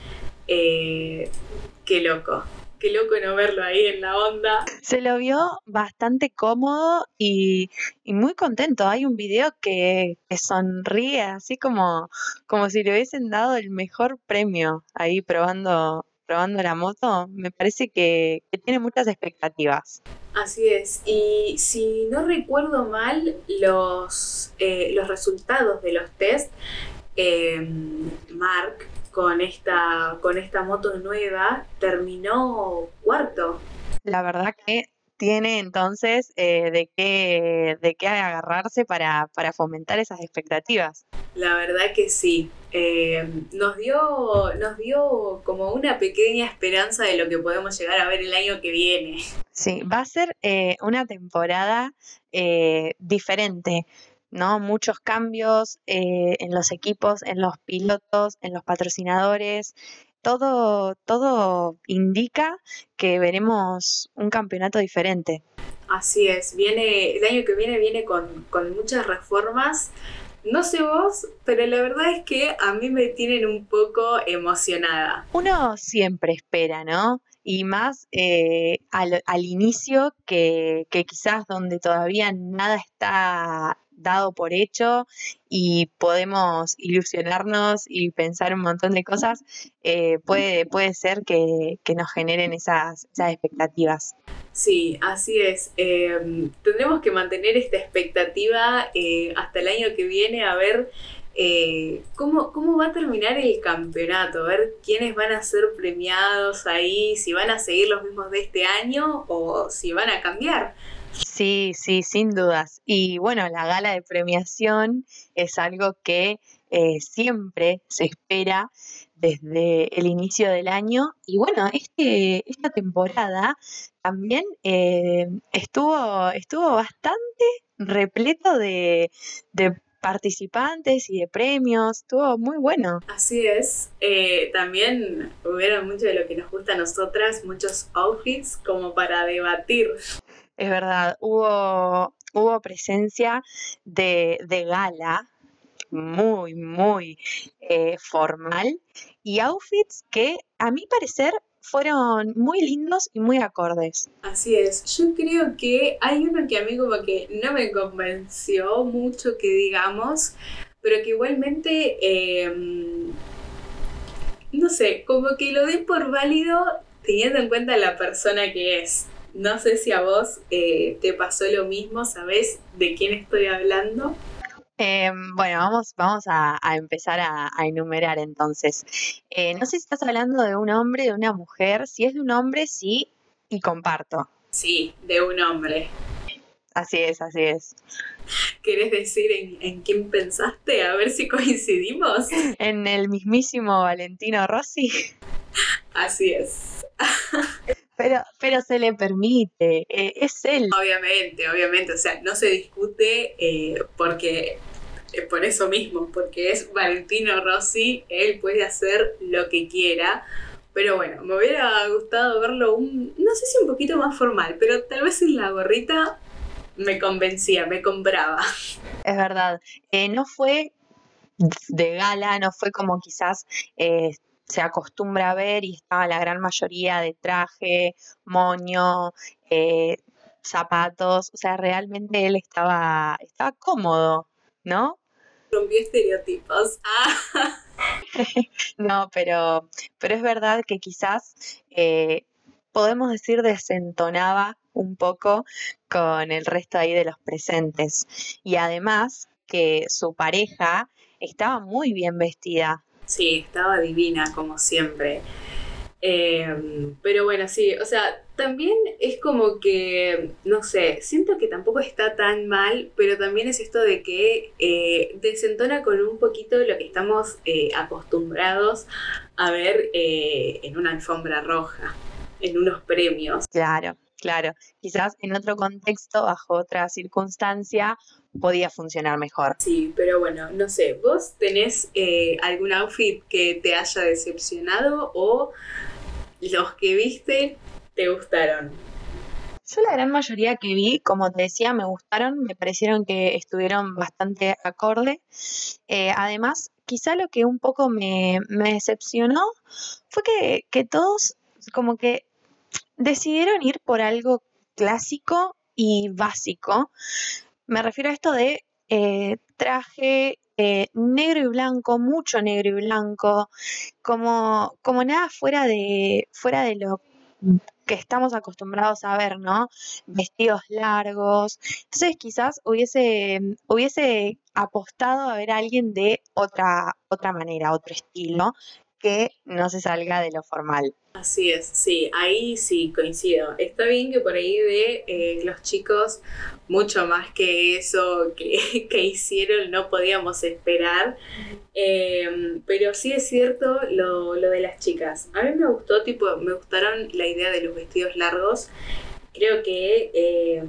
eh, qué loco, qué loco no verlo ahí en la onda. Se lo vio bastante cómodo y, y muy contento. Hay un video que, que sonríe así como, como si le hubiesen dado el mejor premio ahí probando, probando la moto. Me parece que, que tiene muchas expectativas. Así es, y si no recuerdo mal, los, eh, los resultados de los test, eh, Marc con esta, con esta moto nueva terminó cuarto. La verdad que tiene entonces eh, de qué, de qué agarrarse para, para fomentar esas expectativas. La verdad que sí. Eh, nos dio, nos dio como una pequeña esperanza de lo que podemos llegar a ver el año que viene. Sí, va a ser eh, una temporada eh, diferente, ¿no? Muchos cambios eh, en los equipos, en los pilotos, en los patrocinadores. Todo, todo indica que veremos un campeonato diferente. Así es, viene, el año que viene viene con, con muchas reformas. No sé vos, pero la verdad es que a mí me tienen un poco emocionada. Uno siempre espera, ¿no? Y más eh, al, al inicio, que, que quizás donde todavía nada está dado por hecho y podemos ilusionarnos y pensar un montón de cosas, eh, puede, puede ser que, que nos generen esas, esas expectativas. Sí, así es. Eh, tendremos que mantener esta expectativa eh, hasta el año que viene a ver eh, cómo, cómo va a terminar el campeonato, a ver quiénes van a ser premiados ahí, si van a seguir los mismos de este año o si van a cambiar. Sí, sí, sin dudas. Y bueno, la gala de premiación es algo que eh, siempre se espera desde el inicio del año. Y bueno, este, esta temporada también eh, estuvo, estuvo bastante repleto de, de participantes y de premios. Estuvo muy bueno. Así es. Eh, también hubieron mucho de lo que nos gusta a nosotras, muchos outfits como para debatir. Es verdad, hubo, hubo presencia de, de gala muy, muy eh, formal y outfits que a mi parecer fueron muy lindos y muy acordes. Así es. Yo creo que hay uno que a mí como que no me convenció mucho que digamos, pero que igualmente, eh, no sé, como que lo di por válido teniendo en cuenta la persona que es. No sé si a vos eh, te pasó lo mismo, ¿sabés de quién estoy hablando? Eh, bueno, vamos, vamos a, a empezar a, a enumerar entonces. Eh, no sé si estás hablando de un hombre, de una mujer. Si es de un hombre, sí, y comparto. Sí, de un hombre. Así es, así es. ¿Querés decir en, en quién pensaste? A ver si coincidimos. En el mismísimo Valentino Rossi. Así es. Pero, pero se le permite, eh, es él. Obviamente, obviamente, o sea, no se discute eh, porque eh, por eso mismo, porque es Valentino Rossi, él puede hacer lo que quiera, pero bueno, me hubiera gustado verlo un, no sé si un poquito más formal, pero tal vez en la gorrita me convencía, me compraba. Es verdad. Eh, no fue de gala, no fue como quizás eh, se acostumbra a ver y estaba la gran mayoría de traje, moño, eh, zapatos, o sea, realmente él estaba, estaba cómodo, ¿no? Rompió estereotipos. Ah, No, pero, pero es verdad que quizás eh, podemos decir desentonaba un poco con el resto ahí de los presentes. Y además que su pareja estaba muy bien vestida. sí, estaba divina como siempre. Eh, pero bueno, sí, o sea, también es como que, no sé, siento que tampoco está tan mal, pero también es esto de que eh, desentona con un poquito lo que estamos eh, acostumbrados a ver eh, en una alfombra roja, en unos premios. Claro, claro. Quizás en otro contexto, bajo otra circunstancia, podía funcionar mejor. Sí, pero bueno, no sé, ¿vos tenés eh, algún outfit que te haya decepcionado o los que viste te gustaron? Yo la gran mayoría que vi, como te decía, me gustaron, me parecieron que estuvieron bastante acorde. Eh, además, quizá lo que un poco me, me decepcionó fue que, que todos como que decidieron ir por algo clásico y básico. Me refiero a esto de eh, traje eh, negro y blanco, mucho negro y blanco, como, como nada fuera de, fuera de lo que estamos acostumbrados a ver, ¿no? Vestidos largos. Entonces quizás hubiese, hubiese apostado a ver a alguien de otra, otra manera, otro estilo, que no se salga de lo formal. Así es, sí, ahí sí coincido. Está bien que por ahí de eh, los chicos, mucho más que eso que, que hicieron, no podíamos esperar. Eh, pero sí es cierto lo, lo de las chicas. A mí me gustó, tipo, me gustaron la idea de los vestidos largos. Creo que eh,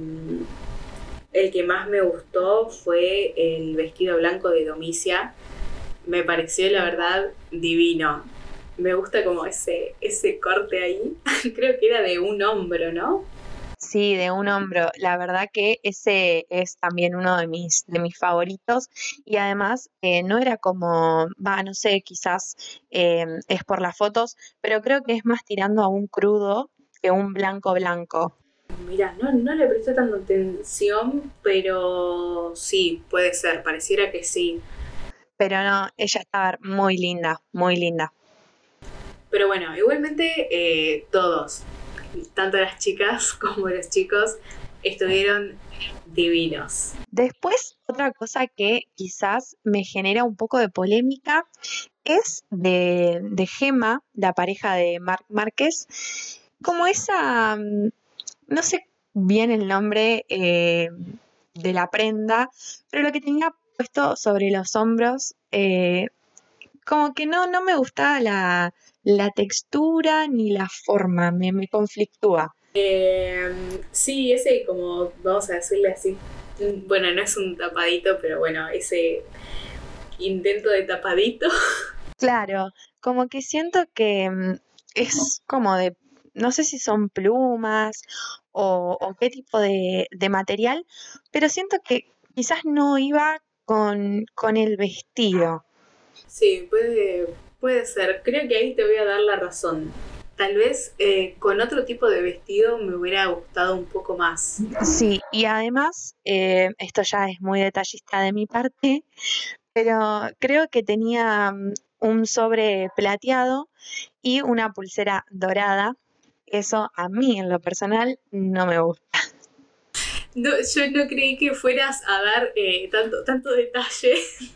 el que más me gustó fue el vestido blanco de Domicia. Me pareció, la verdad, divino. Me gusta como ese, ese corte ahí. Creo que era de un hombro, ¿no? Sí, de un hombro. La verdad que ese es también uno de mis, de mis favoritos y además eh, no era como, va, no sé, quizás eh, es por las fotos, pero creo que es más tirando a un crudo que un blanco blanco. Mira, no, no le presté tanta atención, pero sí, puede ser, pareciera que sí. Pero no, ella estaba muy linda, muy linda. Pero bueno, igualmente eh, todos, tanto las chicas como los chicos, estuvieron divinos. Después, otra cosa que quizás me genera un poco de polémica es de, de Gema, la pareja de Marc Márquez, como esa, mm, no sé bien el nombre eh, de la prenda, pero lo que tenía puesto sobre los hombros, eh, como que no, no me gustaba la, la textura ni la forma, me, me conflictúa. Eh, sí, ese como, vamos a decirle así, bueno, no es un tapadito, pero bueno, ese intento de tapadito. Claro, como que siento que mm, es como de, no sé si son plumas o, o qué tipo de, de material, pero siento que quizás no iba con, con el vestido. Sí, puede, puede ser. Creo que ahí te voy a dar la razón. Tal vez eh, con otro tipo de vestido me hubiera gustado un poco más. Sí, y además, eh, esto ya es muy detallista de mi parte, pero creo que tenía mm, un sobre plateado y una pulsera dorada. Eso a mí en lo personal no me gusta. No, yo no creí que fueras a dar eh, tanto, tanto detalle.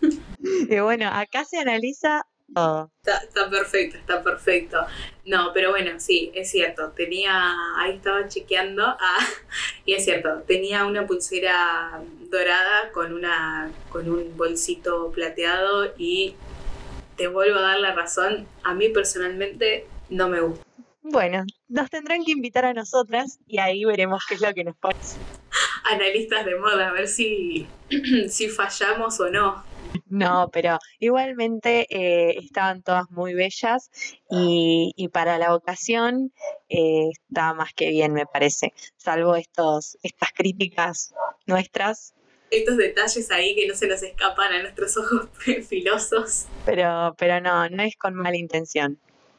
Y bueno, acá se analiza todo. Está, está perfecto, está perfecto. No, pero bueno, sí, es cierto. Tenía, ahí estaba chequeando, ah, y es cierto, tenía una pulsera dorada con una, con un bolsito plateado y te vuelvo a dar la razón. A mí personalmente no me gusta. Bueno, nos tendrán que invitar a nosotras y ahí veremos qué es lo que nos pone. Analistas de moda, a ver si, si fallamos o no. No, pero igualmente eh, estaban todas muy bellas y, y para la ocasión eh, está más que bien, me parece. Salvo estos, estas críticas nuestras, Estos detalles ahí que no se nos escapan a nuestros ojos filosos. pero, pero no, no es con mala intención.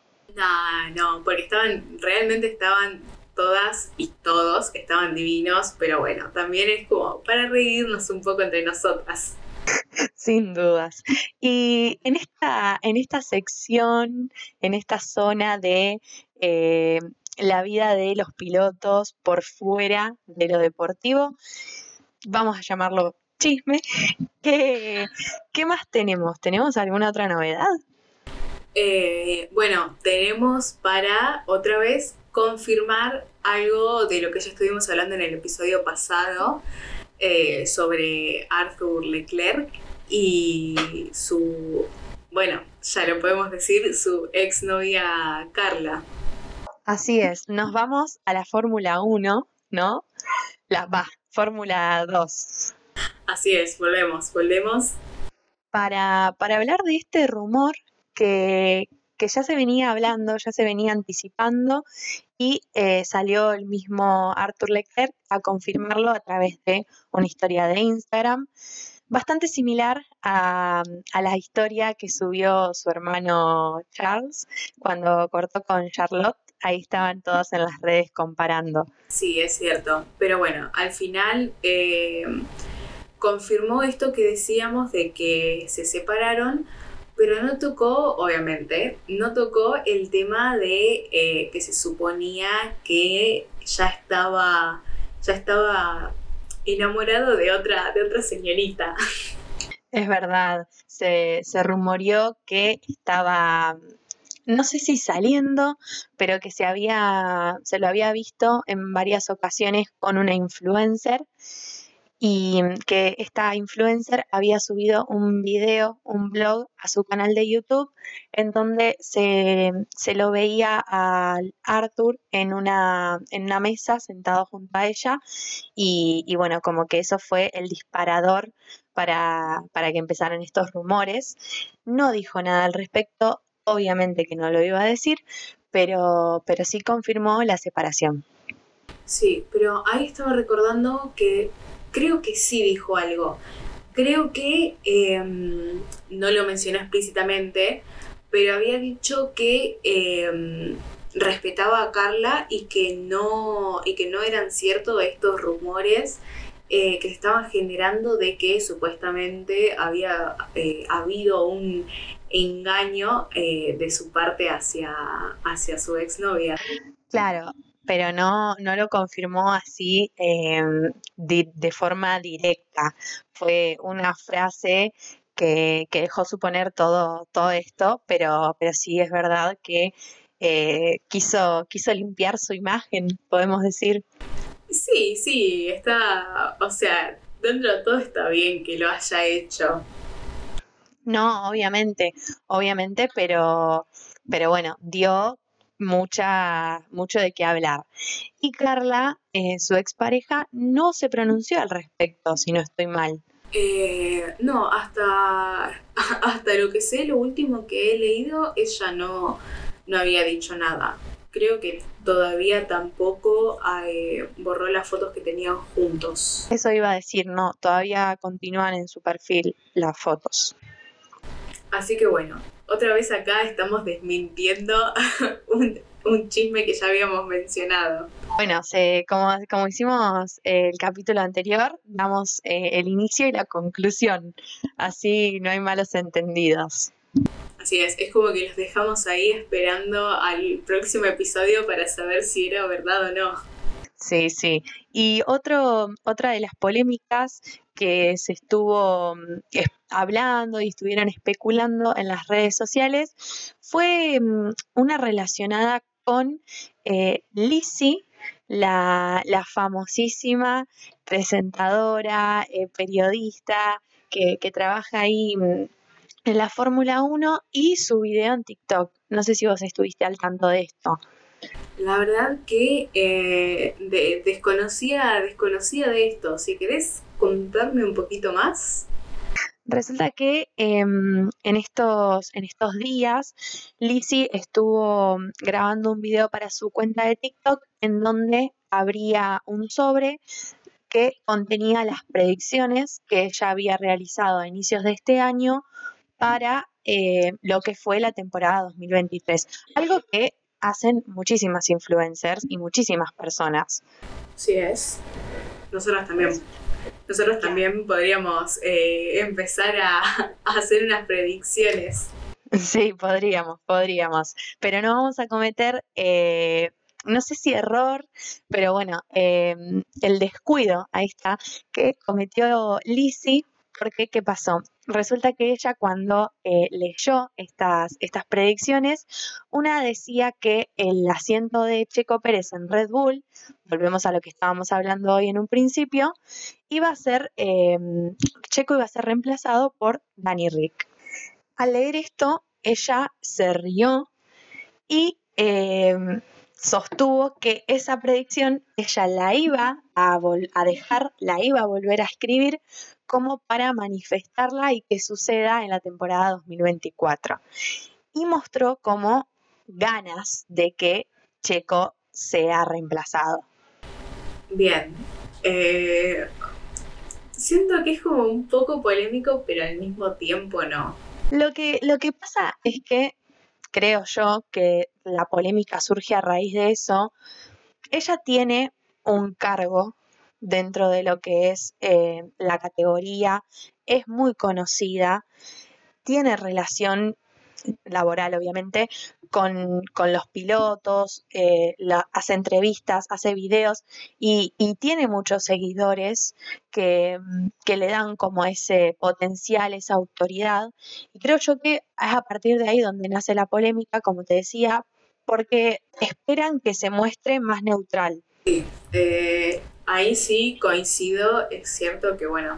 No, no, porque estaban, realmente estaban todas y todos, estaban divinos, pero bueno, también es como para reírnos un poco entre nosotras. Sin dudas. Y en esta, en esta sección, en esta zona de eh, la vida de los pilotos por fuera de lo deportivo, vamos a llamarlo chisme. ¿Qué, qué más tenemos? ¿Tenemos alguna otra novedad? Eh, bueno, tenemos para otra vez confirmar algo de lo que ya estuvimos hablando en el episodio pasado eh, sobre Arthur Leclerc y su, bueno, ya lo podemos decir, su exnovia Carla. Así es, nos vamos a la Fórmula Uno, ¿no? La va, Fórmula Dos. Así es, volvemos, volvemos. Para, para hablar de este rumor que, que ya se venía hablando, ya se venía anticipando y eh, salió el mismo Arthur Leclerc a confirmarlo a través de una historia de Instagram, bastante similar a, a la historia que subió su hermano Charles cuando cortó con Charlotte. Ahí estaban todos en las redes comparando. Sí, es cierto. Pero bueno, al final eh, confirmó esto que decíamos de que se separaron, pero no tocó, obviamente, no tocó el tema de eh, que se suponía que ya estaba, ya estaba enamorado de otra, de otra señorita. Es verdad, se, se rumoreó que estaba no sé si saliendo, pero que se había, se lo había visto en varias ocasiones con una influencer y que esta influencer había subido un video, un blog a su canal de YouTube en donde se, se lo veía a Arthur en una, en una mesa sentado junto a ella y, y bueno, como que eso fue el disparador para, para que empezaran estos rumores. No dijo nada al respecto, obviamente que no lo iba a decir, pero, pero sí confirmó la separación. Sí, pero ahí estaba recordando que creo que sí dijo algo. Creo que eh, no lo mencionó explícitamente, pero había dicho que eh, respetaba a Carla y que no, y que no eran ciertos estos rumores eh, que se estaban generando de que supuestamente había eh, habido un engaño eh, de su parte hacia, hacia su exnovia. Claro, pero no, no lo confirmó así eh, de, de forma directa. Fue una frase que, que dejó suponer todo, todo esto, pero, pero sí es verdad que eh, quiso, quiso limpiar su imagen, podemos decir. Sí, sí, está, o sea, dentro de todo está bien que lo haya hecho. No, obviamente, obviamente, pero, pero bueno, dio mucha, mucho de qué hablar. Y Carla, eh, su expareja, no se pronunció al respecto, si no estoy mal. Eh, no, hasta, hasta lo que sé, lo último que he leído, ella no, no había dicho nada. Creo que todavía tampoco eh, borró las fotos que tenían juntos. Eso iba a decir, no, todavía continúan en su perfil las fotos. Así que bueno, otra vez acá estamos desmintiendo un, un chisme que ya habíamos mencionado. Bueno, se, como, como hicimos eh, el capítulo anterior, damos eh, el inicio y la conclusión, así no hay malos entendidos. Así es, es como que los dejamos ahí esperando al próximo episodio para saber si era verdad o no. Sí, sí. Y otro, otra de las polémicas que se estuvo mm, es- hablando y estuvieron especulando en las redes sociales fue mm, una relacionada con eh, Lizzie, la, la famosísima presentadora, eh, periodista que, que trabaja ahí mm, en la Fórmula Uno y su video en TikTok. No sé si vos estuviste al tanto de esto. La verdad que eh, de- desconocía, desconocía de esto. Si querés contarme un poquito más. Resulta que em, en estos, en estos días Lizzie estuvo mm, grabando un video para su cuenta de TikTok en donde habría un sobre que contenía las predicciones que ella había realizado a inicios de este año para eh, lo que fue la temporada dos mil veintitrés. Algo que hacen muchísimas influencers y muchísimas personas. Sí es. Nosotros también. Nosotros también podríamos eh, empezar a, a hacer unas predicciones. Sí, podríamos, podríamos, pero no vamos a cometer, eh, no sé si error, pero bueno, eh, el descuido, ahí está, que cometió Lizzie, porque ¿qué pasó? Resulta que ella cuando eh, leyó estas, estas predicciones, una decía que el asiento de Checo Pérez en Red Bull, volvemos a lo que estábamos hablando hoy en un principio, iba a ser, eh, Checo iba a ser reemplazado por Danny Rick. Al leer esto, ella se rió y eh, sostuvo que esa predicción ella la iba a, vol- a dejar, la iba a volver a escribir como para manifestarla y que suceda en la temporada dos mil veinticuatro. Y mostró como ganas de que Checo sea reemplazado. Bien. Eh, siento que es como un poco polémico, pero al mismo tiempo no. Lo que, lo que pasa es que creo yo que la polémica surge a raíz de eso. Ella tiene un cargo dentro de lo que es eh, la categoría, es muy conocida, tiene relación laboral obviamente con, con los pilotos, eh, la, hace entrevistas, hace videos y, y tiene muchos seguidores que, que le dan como ese potencial, esa autoridad. Y creo yo que es a partir de ahí donde nace la polémica, como te decía, porque esperan que se muestre más neutral. Sí, eh, ahí sí coincido, es cierto que bueno,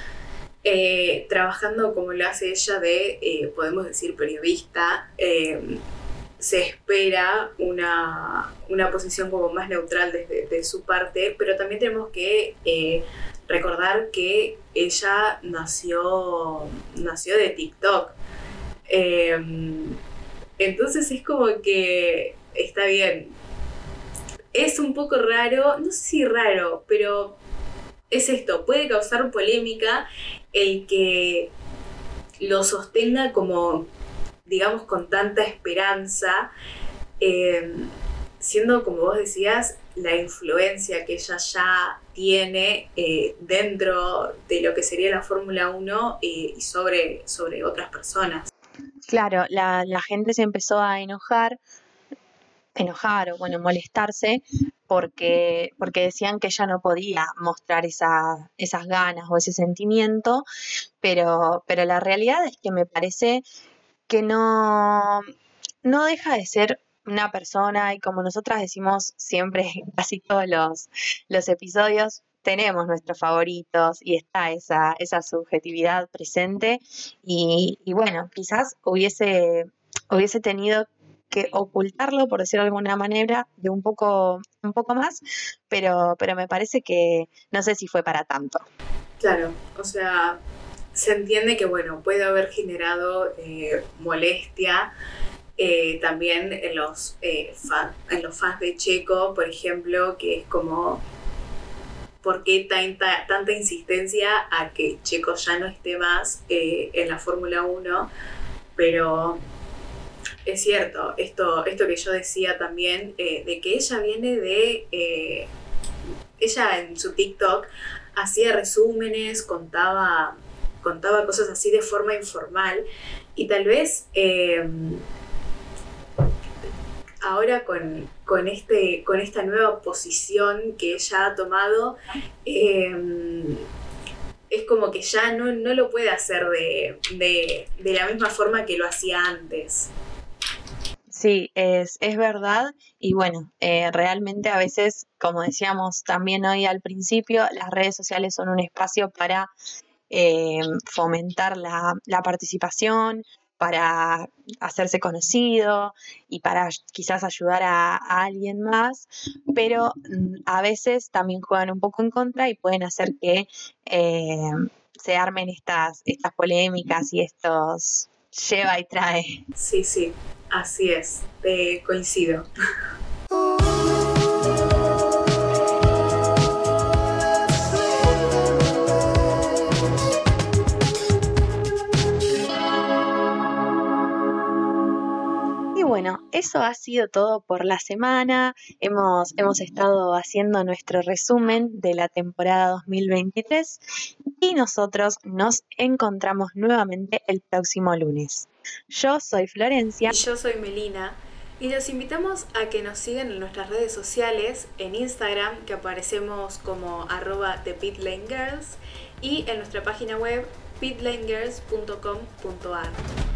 eh, trabajando como lo hace ella de, eh, podemos decir, periodista, eh, se espera una, una posición como más neutral desde de su parte, pero también tenemos que eh, recordar que ella nació, nació de TikTok. Eh, entonces es como que está bien. Es un poco raro, no sé si raro, pero es esto, puede causar polémica el que lo sostenga como, digamos, con tanta esperanza, eh, siendo, como vos decías, la influencia que ella ya tiene eh, dentro de lo que sería la Fórmula uno eh, y sobre, sobre otras personas. Claro, la, la gente se empezó a enojar, enojar o bueno, molestarse porque, porque decían que ella no podía mostrar esa, esas ganas o ese sentimiento, pero, pero la realidad es que me parece que no, no deja de ser una persona y como nosotras decimos siempre en casi todos los, los episodios, tenemos nuestros favoritos y está esa, esa subjetividad presente y, y bueno, quizás hubiese, hubiese tenido que ocultarlo, por decirlo de alguna manera, de un poco, un poco más, pero, pero me parece que no sé si fue para tanto. Claro, o sea, se entiende que bueno, puede haber generado eh, molestia eh, también en los, eh, fan, en los fans de Checo, por ejemplo, que es como, ¿por qué tanta, tanta insistencia a que Checo ya no esté más eh, en la Fórmula uno? Pero es cierto, esto, esto que yo decía también, eh, de que ella viene de... Eh, ella en su TikTok hacía resúmenes, contaba, contaba cosas así de forma informal y tal vez eh, ahora con, con, este, con esta nueva posición que ella ha tomado, eh, es como que ya no, no lo puede hacer de, de, de la misma forma que lo hacía antes. Sí, es, es verdad y bueno, eh, realmente a veces, como decíamos también hoy al principio, las redes sociales son un espacio para eh, fomentar la, la participación, para hacerse conocido y para quizás ayudar a, a alguien más, pero mm, a veces también juegan un poco en contra y pueden hacer que eh, se armen estas, estas polémicas y estos lleva y trae. Sí, sí, así es, eh, coincido. Y bueno, eso ha sido todo por la semana. Hemos, hemos estado haciendo nuestro resumen de la temporada dos mil veintitrés y nosotros nos encontramos nuevamente el próximo lunes. Yo soy Florencia. Y yo soy Melina. Y los invitamos a que nos sigan en nuestras redes sociales, en Instagram, que aparecemos como arroba The Pitlane Girls, y en nuestra página web pitlanegirls punto com punto a r.